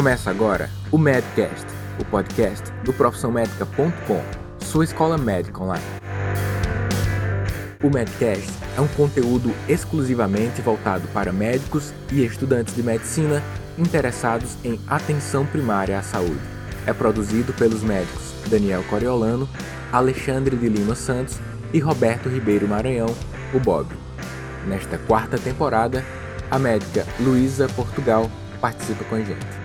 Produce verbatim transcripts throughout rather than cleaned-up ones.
Começa agora o Medcast, o podcast do profissão médica ponto com, sua escola médica online. O Medcast é um conteúdo exclusivamente voltado para médicos e estudantes de medicina interessados em atenção primária à saúde. É produzido pelos médicos Daniel Coriolano, Alexandre de Lima Santos e Roberto Ribeiro Maranhão, o Bob. Nesta quarta temporada, a médica Luísa Portugal participa com a gente.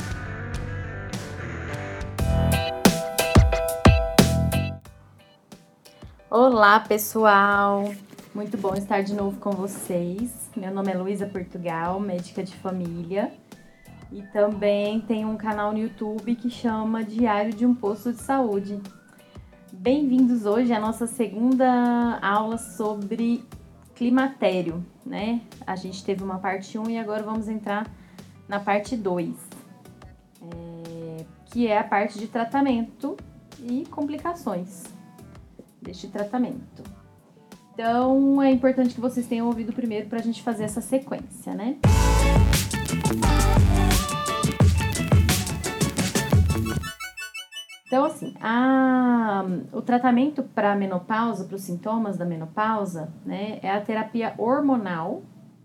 Olá, pessoal! Muito bom estar de novo com vocês. Meu nome é Luísa Portugal, médica de família, e também tenho um canal no YouTube que chama Diário de um Posto de Saúde. Bem-vindos hoje à nossa segunda aula sobre climatério, né? A gente teve uma parte um e agora vamos entrar na parte dois, é, que é a parte de tratamento e complicações deste tratamento. Então, é importante que vocês tenham ouvido primeiro para a gente fazer essa sequência, né? Então, assim, a, o tratamento para a menopausa, para os sintomas da menopausa, né, é a terapia hormonal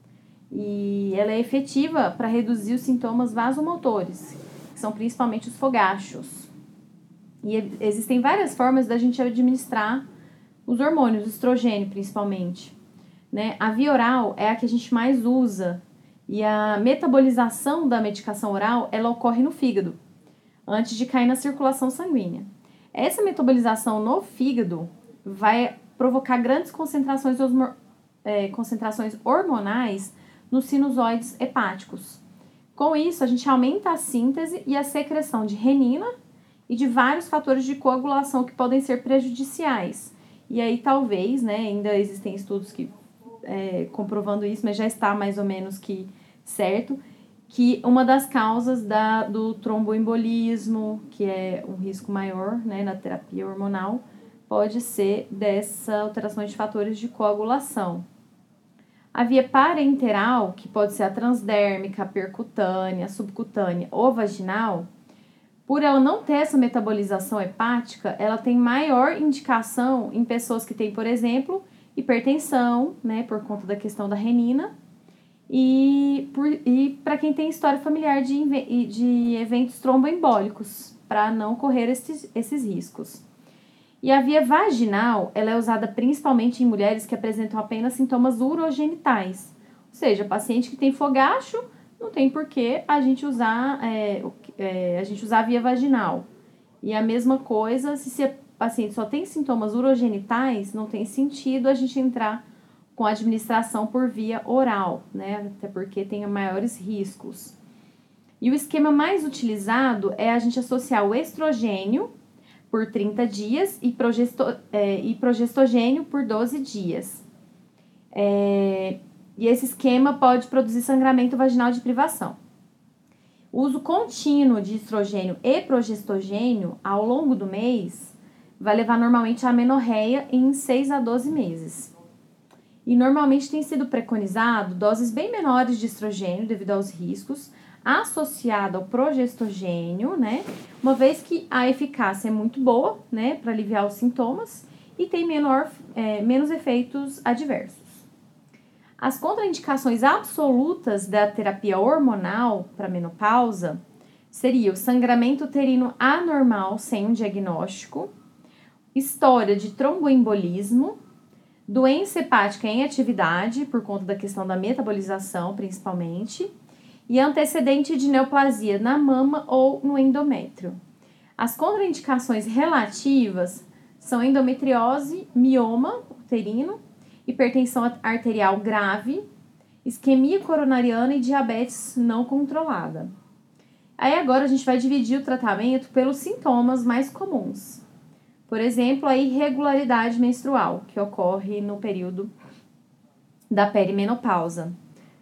e ela é efetiva para reduzir os sintomas vasomotores, que são principalmente os fogachos. E existem várias formas da gente administrar os hormônios, o estrogênio principalmente, né? A via oral é a que a gente mais usa e a metabolização da medicação oral, ela ocorre no fígado, antes de cair na circulação sanguínea. Essa metabolização no fígado vai provocar grandes concentrações, é, concentrações hormonais nos sinusoides hepáticos. Com isso, a gente aumenta a síntese e a secreção de renina e de vários fatores de coagulação que podem ser prejudiciais. E aí talvez, né, ainda existem estudos que é, comprovando isso, mas já está mais ou menos que certo, que uma das causas da, do tromboembolismo, que é um risco maior, né, na terapia hormonal, pode ser dessa alteração de fatores de coagulação. A via parenteral, que pode ser a transdérmica, a percutânea, a subcutânea ou vaginal, por ela não ter essa metabolização hepática, ela tem maior indicação em pessoas que têm, por exemplo, hipertensão, né, por conta da questão da renina, e, e para quem tem história familiar de, de eventos tromboembólicos, para não correr esses, esses riscos. E a via vaginal, ela é usada principalmente em mulheres que apresentam apenas sintomas urogenitais, ou seja, paciente que tem fogacho, não tem por que a gente usar, é, é, a gente usar a via vaginal. E a mesma coisa, se o paciente só tem sintomas urogenitais, não tem sentido a gente entrar com a administração por via oral, né? Até porque tem maiores riscos. E o esquema mais utilizado é a gente associar o estrogênio por trinta dias e, progesto, é, e progestogênio por doze dias. É... E esse esquema pode produzir sangramento vaginal de privação. O uso contínuo de estrogênio e progestogênio ao longo do mês vai levar normalmente à amenorreia em seis a doze meses. E normalmente tem sido preconizado doses bem menores de estrogênio devido aos riscos, associado ao progestogênio, né? Uma vez que a eficácia é muito boa, né, para aliviar os sintomas e tem menor, é, menos efeitos adversos. As contraindicações absolutas da terapia hormonal para menopausa seria o sangramento uterino anormal sem um diagnóstico, história de tromboembolismo, doença hepática em atividade, por conta da questão da metabolização principalmente, e antecedente de neoplasia na mama ou no endométrio. As contraindicações relativas são endometriose, mioma uterino, hipertensão arterial grave, isquemia coronariana e diabetes não controlada. Aí agora a gente vai dividir o tratamento pelos sintomas mais comuns. Por exemplo, a irregularidade menstrual, que ocorre no período da perimenopausa.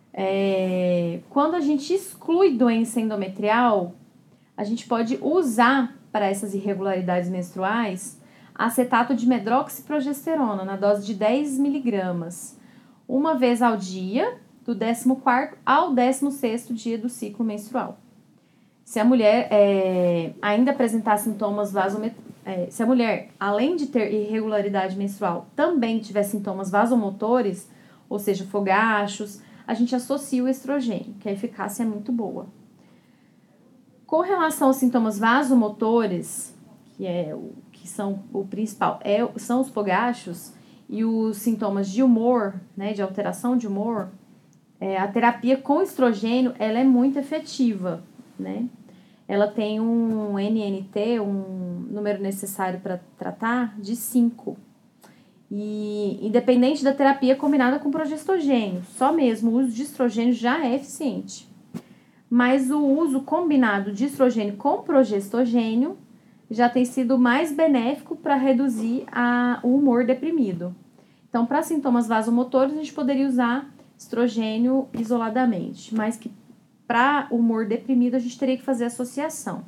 É, quando a gente exclui doença endometrial, a gente pode usar para essas irregularidades menstruais acetato de medroxiprogesterona na dose de dez miligramas, uma vez ao dia, do décimo quarto ao décimo sexto dia do ciclo menstrual. Se a mulher é, ainda apresentar sintomas vasomet... É, se a mulher, além de ter irregularidade menstrual, também tiver sintomas vasomotores, ou seja, fogachos, a gente associa o estrogênio, que a eficácia é muito boa. Com relação aos sintomas vasomotores, que, é o, que são o principal, é, são os fogachos, e os sintomas de humor, né, de alteração de humor, é, a terapia com estrogênio ela é muito efetiva, né? Ela tem um N N T, um número necessário para tratar, de cinco. E independente da terapia combinada com progestogênio, só mesmo o uso de estrogênio já é eficiente. Mas o uso combinado de estrogênio com progestogênio já tem sido mais benéfico para reduzir a, o humor deprimido. Então, para sintomas vasomotores, a gente poderia usar estrogênio isoladamente, mas que para humor deprimido a gente teria que fazer associação.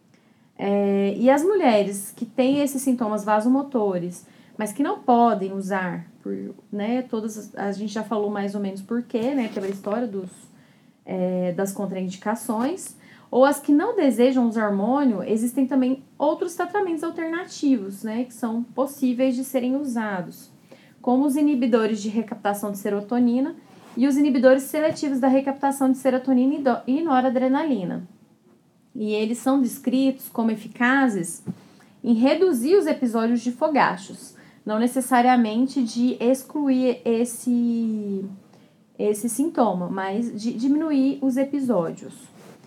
É, e as mulheres que têm esses sintomas vasomotores, mas que não podem usar, por, né, todas, a gente já falou mais ou menos por quê, né, pela história dos, é, das contraindicações, ou as que não desejam usar hormônio, existem também outros tratamentos alternativos, né, que são possíveis de serem usados, como os inibidores de recaptação de serotonina e os inibidores seletivos da recaptação de serotonina e noradrenalina. E eles são descritos como eficazes em reduzir os episódios de fogachos, não necessariamente de excluir esse, esse sintoma, mas de diminuir os episódios.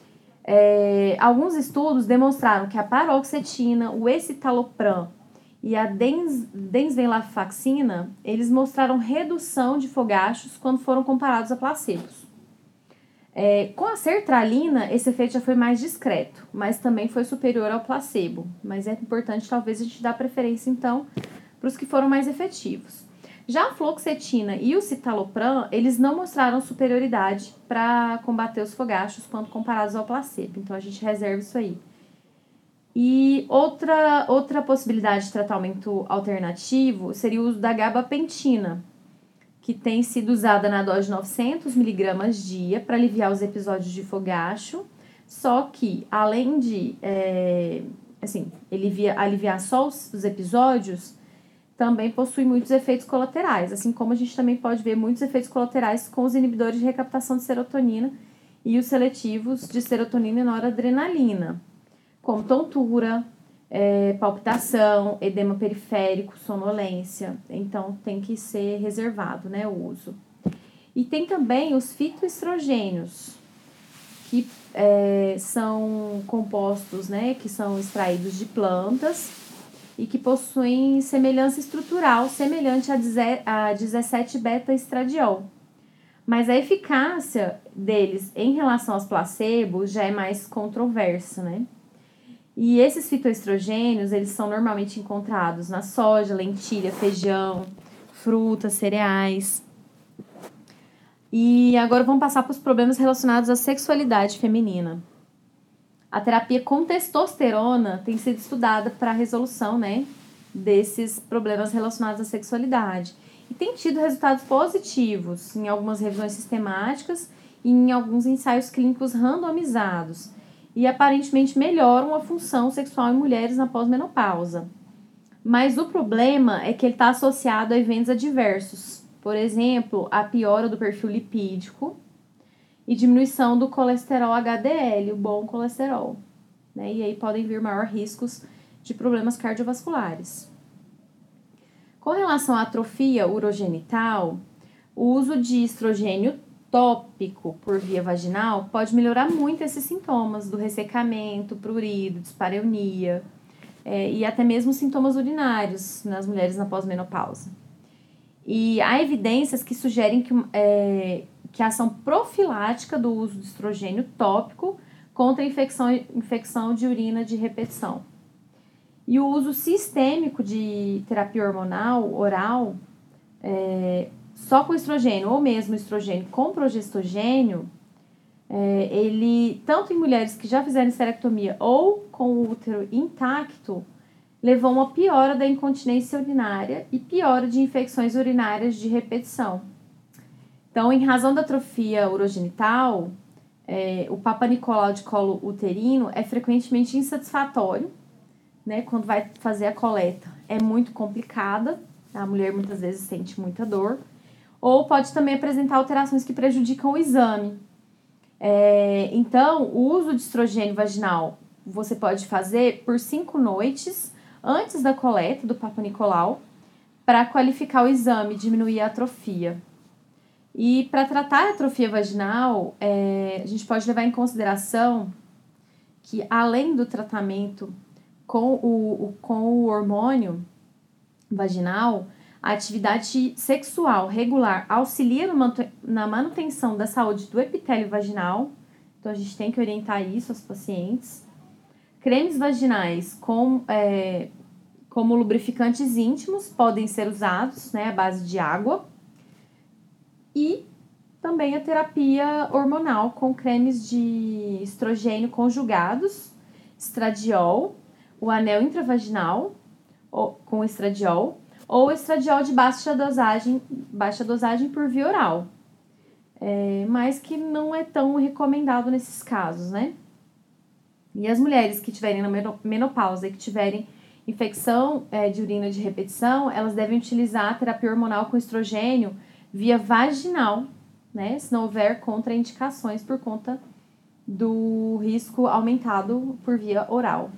É, alguns estudos demonstraram que a paroxetina, o escitalopram e a dens, desvenlafaxina, eles mostraram redução de fogachos quando foram comparados a placebos. É, com a sertralina, esse efeito já foi mais discreto, mas também foi superior ao placebo. Mas é importante, talvez, a gente dar preferência, então, para os que foram mais efetivos. Já a fluoxetina e o citalopram, eles não mostraram superioridade para combater os fogachos quando comparados ao placebo. Então, a gente reserva isso aí. E outra, outra possibilidade de tratamento alternativo seria o uso da gabapentina, que tem sido usada na dose de novecentos miligramas dia para aliviar os episódios de fogacho, só que, além de é, assim, alivia, aliviar só os, os episódios, também possui muitos efeitos colaterais, assim como a gente também pode ver muitos efeitos colaterais com os inibidores de recaptação de serotonina e os seletivos de serotonina e noradrenalina, como tontura, é, palpitação, edema periférico, sonolência. Então, tem que ser reservado, né, o uso. E tem também os fitoestrogênios, que é, são compostos, né, que são extraídos de plantas e que possuem semelhança estrutural semelhante a dezessete beta-estradiol. Mas a eficácia deles em relação aos placebos já é mais controversa, né? E esses fitoestrogênios, eles são normalmente encontrados na soja, lentilha, feijão, frutas, cereais. E agora vamos passar para os problemas relacionados à sexualidade feminina. A terapia com testosterona tem sido estudada para a resolução, né, desses problemas relacionados à sexualidade. E tem tido resultados positivos em algumas revisões sistemáticas e em alguns ensaios clínicos randomizados. E aparentemente melhoram a função sexual em mulheres na pós-menopausa. Mas o problema é que ele está associado a eventos adversos. Por exemplo, a piora do perfil lipídico e diminuição do colesterol H D L, o bom colesterol. Né? E aí podem vir maiores riscos de problemas cardiovasculares. Com relação à atrofia urogenital, o uso de estrogênio tópico por via vaginal pode melhorar muito esses sintomas do ressecamento, prurido, dispareunia é, e até mesmo sintomas urinários nas mulheres na pós-menopausa. E há evidências que sugerem que, é, que a ação profilática do uso de estrogênio tópico contra a infecção, infecção de urina de repetição. E o uso sistêmico de terapia hormonal oral, é, só com estrogênio ou mesmo estrogênio com progestogênio, é, ele, tanto em mulheres que já fizeram esterectomia ou com o útero intacto, levou a uma piora da incontinência urinária e piora de infecções urinárias de repetição. Então, em razão da atrofia urogenital, É, o Papa Nicolau de colo uterino é frequentemente insatisfatório, né? Quando vai fazer a coleta é muito complicada, a mulher muitas vezes sente muita dor, ou pode também apresentar alterações que prejudicam o exame. É, então, o uso de estrogênio vaginal você pode fazer por cinco noites antes da coleta do Papa Nicolau para qualificar o exame e diminuir a atrofia. E para tratar a atrofia vaginal, é, a gente pode levar em consideração que, além do tratamento com o, o, com o hormônio vaginal, a atividade sexual regular auxilia na manutenção da saúde do epitélio vaginal, então a gente tem que orientar isso aos pacientes. Cremes vaginais com, é, como lubrificantes íntimos podem ser usados, né, à base de água. E também a terapia hormonal com cremes de estrogênio conjugados, estradiol, o anel intravaginal ou, com estradiol, ou estradiol de baixa dosagem, baixa dosagem por via oral, é, mas que não é tão recomendado nesses casos, né? E as mulheres que tiverem na menopausa e que tiverem infecção é, de urina de repetição, elas devem utilizar a terapia hormonal com estrogênio via vaginal, né? Se não houver contraindicações por conta do risco aumentado por via oral.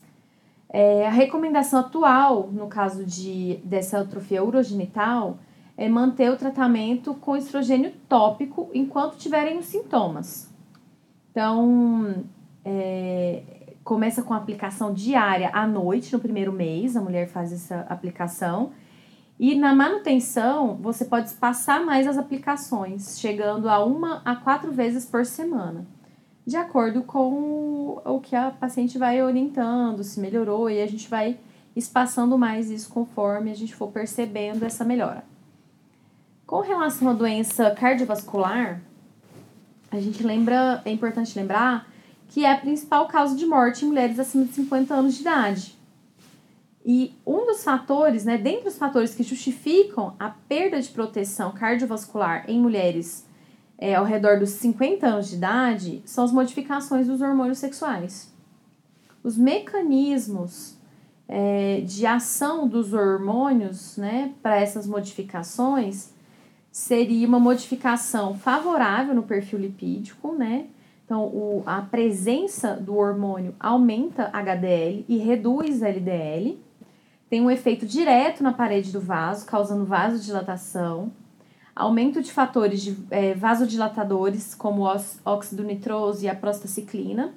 É, a recomendação atual, no caso de, dessa atrofia urogenital, é manter o tratamento com estrogênio tópico enquanto tiverem os sintomas. Então, é, começa com a aplicação diária à noite, no primeiro mês, a mulher faz essa aplicação. E na manutenção, você pode espaçar mais as aplicações, chegando a uma a quatro vezes por semana, de acordo com o que a paciente vai orientando, se melhorou, e a gente vai espaçando mais isso conforme a gente for percebendo essa melhora. Com relação à doença cardiovascular, a gente lembra, é importante lembrar que é a principal causa de morte em mulheres acima de cinquenta anos de idade. E um dos fatores, né, dentre os fatores que justificam a perda de proteção cardiovascular em mulheres é, ao redor dos cinquenta anos de idade, são as modificações dos hormônios sexuais. Os mecanismos é, de ação dos hormônios, né, para essas modificações seria uma modificação favorável no perfil lipídico, né? Então, o, a presença do hormônio aumenta H D L e reduz L D L. Tem um efeito direto na parede do vaso, causando vasodilatação. Aumento de fatores de, é, vasodilatadores, como o óxido nitroso e a prostaciclina.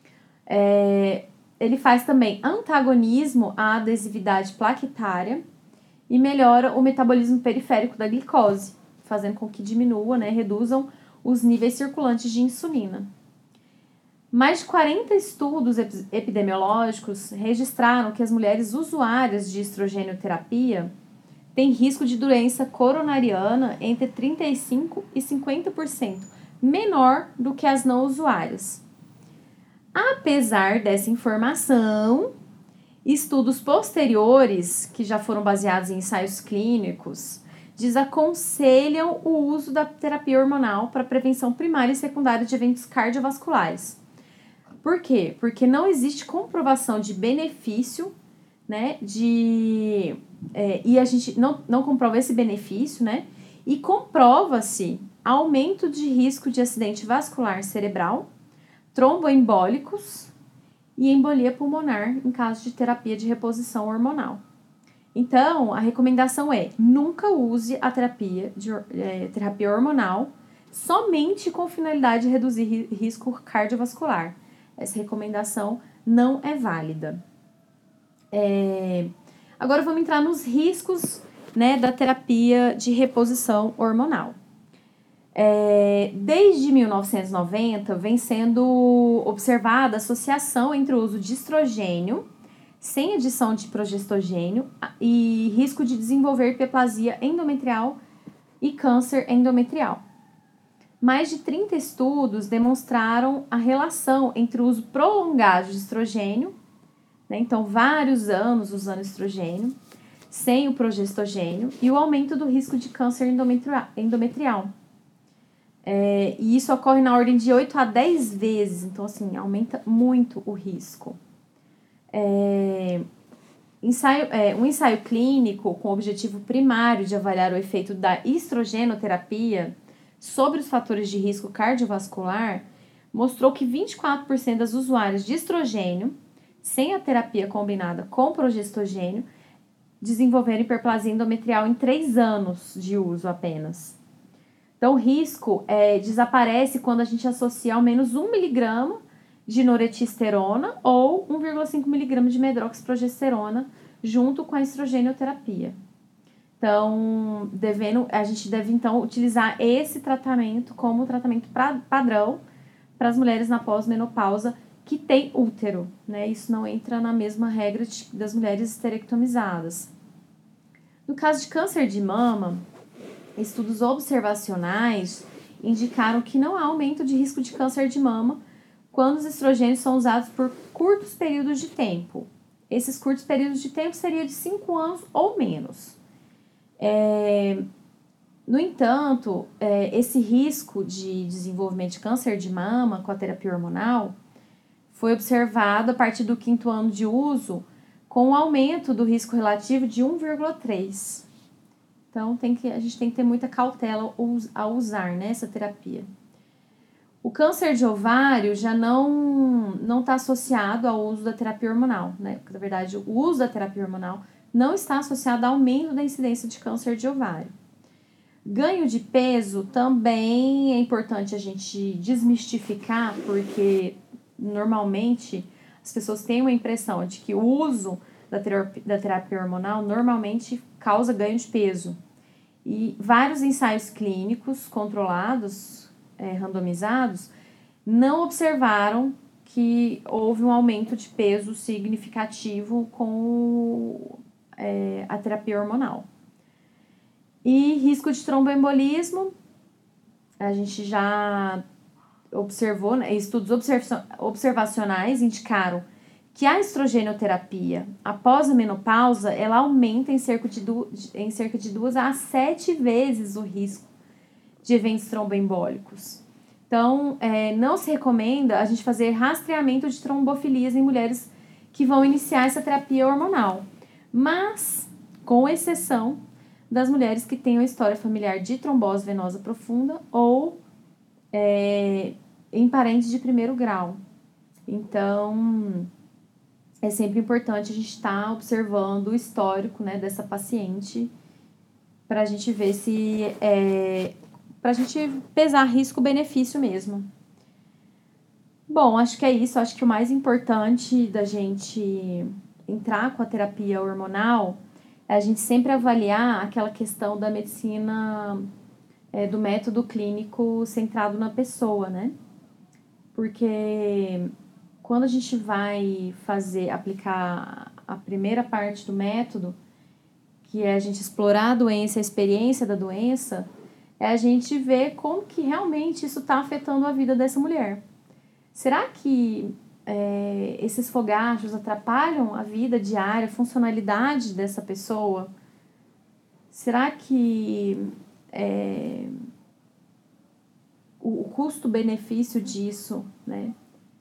É, ele faz também antagonismo à adesividade plaquetária e melhora o metabolismo periférico da glicose, fazendo com que diminua, né, reduzam os níveis circulantes de insulina. Mais de quarenta estudos epidemiológicos registraram que as mulheres usuárias de estrogênio-terapia têm risco de doença coronariana entre trinta e cinco por cento e cinquenta por cento menor do que as não usuárias. Apesar dessa informação, estudos posteriores, que já foram baseados em ensaios clínicos, desaconselham o uso da terapia hormonal para prevenção primária e secundária de eventos cardiovasculares. Por quê? Porque não existe comprovação de benefício, né, de, é, e a gente não, não comprova esse benefício, né, e comprova-se aumento de risco de acidente vascular cerebral, tromboembólicos e embolia pulmonar em caso de terapia de reposição hormonal. Então, a recomendação é nunca use a terapia, de, é, terapia hormonal somente com finalidade de reduzir ri, risco cardiovascular. Essa recomendação não é válida. É, agora vamos entrar nos riscos, né, da terapia de reposição hormonal. É, desde mil novecentos e noventa vem sendo observada a associação entre o uso de estrogênio sem adição de progestogênio e risco de desenvolver hiperplasia endometrial e câncer endometrial. Mais de trinta estudos demonstraram a relação entre o uso prolongado de estrogênio, né, então vários anos usando estrogênio, sem o progestogênio, e o aumento do risco de câncer endometrial. É, e isso ocorre na ordem de oito a dez vezes, então, assim, aumenta muito o risco. É, ensaio, é, um ensaio clínico com o objetivo primário de avaliar o efeito da estrogenoterapia sobre os fatores de risco cardiovascular mostrou que vinte e quatro por cento das usuárias de estrogênio, sem a terapia combinada com progestogênio, desenvolveram hiperplasia endometrial em três anos de uso apenas. Então, o risco é, desaparece quando a gente associa ao menos um miligrama de noretisterona ou um vírgula cinco miligramas de medroxiprogesterona junto com a estrogenioterapia. Então, devendo, a gente deve, então, utilizar esse tratamento como tratamento pra, padrão para as mulheres na pós-menopausa que têm útero, né? Isso não entra na mesma regra de, das mulheres esterectomizadas. No caso de câncer de mama, estudos observacionais indicaram que não há aumento de risco de câncer de mama quando os estrogênios são usados por curtos períodos de tempo. Esses curtos períodos de tempo seriam de cinco anos ou menos. É, no entanto, é, esse risco de desenvolvimento de câncer de mama com a terapia hormonal foi observado a partir do quinto ano de uso, com um aumento do risco relativo de um vírgula três. Então, tem que, a gente tem que ter muita cautela ao usar, né, essa terapia. O câncer de ovário já não não está associado ao uso da terapia hormonal, né? Na verdade, o uso da terapia hormonal não está associado ao aumento da incidência de câncer de ovário. Ganho de peso também é importante a gente desmistificar, porque normalmente as pessoas têm uma impressão de que o uso da terapia, da terapia hormonal normalmente causa ganho de peso. E vários ensaios clínicos controlados, é, randomizados, não observaram que houve um aumento de peso significativo com é, a terapia hormonal. E risco de tromboembolismo, a gente já observou, né, estudos observa- observacionais indicaram que a estrogenioterapia, após a menopausa, ela aumenta em cerca de, du- em cerca de duas a sete vezes o risco de eventos tromboembólicos. Então, é, não se recomenda a gente fazer rastreamento de trombofilias em mulheres que vão iniciar essa terapia hormonal, mas com exceção das mulheres que tenham história familiar de trombose venosa profunda ou é, em parentes de primeiro grau. Então, é sempre importante a gente estar tá observando o histórico, né, dessa paciente para a gente ver se é, para a gente pesar risco-benefício mesmo. Bom, acho que é isso. Acho que o mais importante da gente entrar com a terapia hormonal é a gente sempre avaliar aquela questão da medicina, é, do método clínico centrado na pessoa, né? Porque quando a gente vai fazer, aplicar a primeira parte do método, que é a gente explorar a doença, a experiência da doença, é a gente ver como que realmente isso está afetando a vida dessa mulher. Será que é, esses fogachos atrapalham a vida diária, a funcionalidade dessa pessoa? Será que é, o, o custo-benefício disso, né,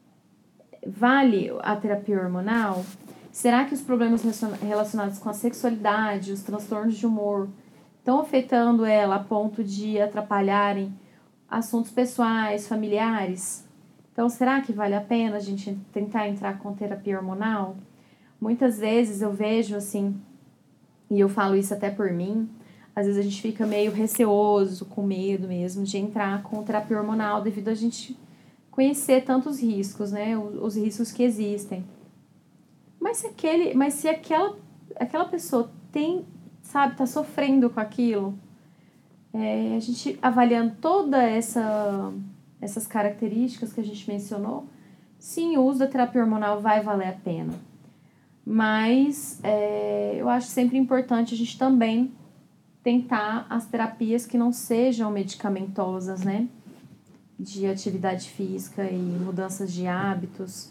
vale a terapia hormonal? Será que os problemas relacionados com a sexualidade, os transtornos de humor, estão afetando ela a ponto de atrapalharem assuntos pessoais, familiares? Então, será que vale a pena a gente tentar entrar com terapia hormonal? Muitas vezes eu vejo assim, e eu falo isso até por mim, às vezes a gente fica meio receoso, com medo mesmo de entrar com terapia hormonal devido a gente conhecer tantos riscos, né? Os riscos que existem. Mas se, aquele, mas se aquela, aquela pessoa tem, sabe, tá sofrendo com aquilo, é, a gente avaliando toda essa essas características que a gente mencionou, sim, o uso da terapia hormonal vai valer a pena. Mas é, eu acho sempre importante a gente também tentar as terapias que não sejam medicamentosas, né? De atividade física e mudanças de hábitos.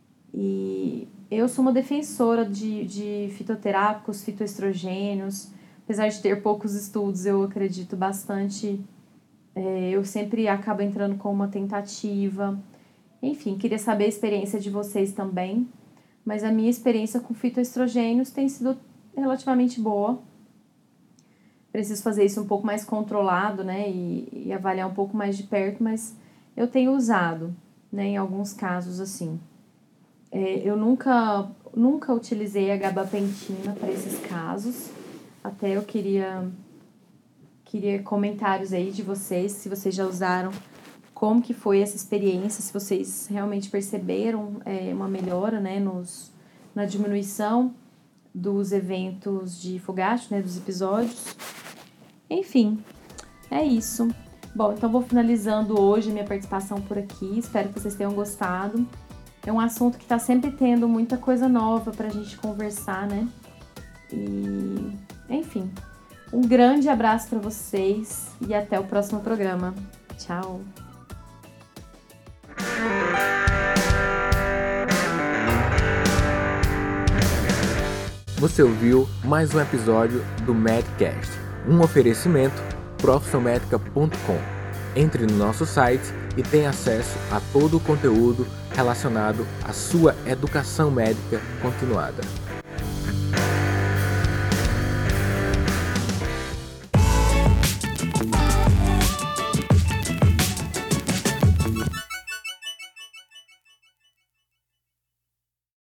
E eu sou uma defensora de, de fitoterápicos, fitoestrogênios. Apesar de ter poucos estudos, eu acredito bastante É, eu sempre acabo entrando com uma tentativa. Enfim, queria saber a experiência de vocês também. Mas a minha experiência com fitoestrogênios tem sido relativamente boa. Preciso fazer isso um pouco mais controlado, né? E, e avaliar um pouco mais de perto, mas eu tenho usado, né? Em alguns casos, assim. É, eu nunca, nunca utilizei a gabapentina para esses casos. Até eu queria, queria comentários aí de vocês, se vocês já usaram, como que foi essa experiência, se vocês realmente perceberam é, uma melhora, né, nos, na diminuição dos eventos de fogacho, né, dos episódios. Enfim, é isso. Bom, então vou finalizando hoje minha participação por aqui. Espero que vocês tenham gostado. É um assunto que está sempre tendo muita coisa nova para a gente conversar, né? E, enfim, um grande abraço para vocês e até o próximo programa. Tchau! Você ouviu mais um episódio do Medcast, um oferecimento profissionmedica ponto com. Entre no nosso site e tenha acesso a todo o conteúdo relacionado à sua educação médica continuada.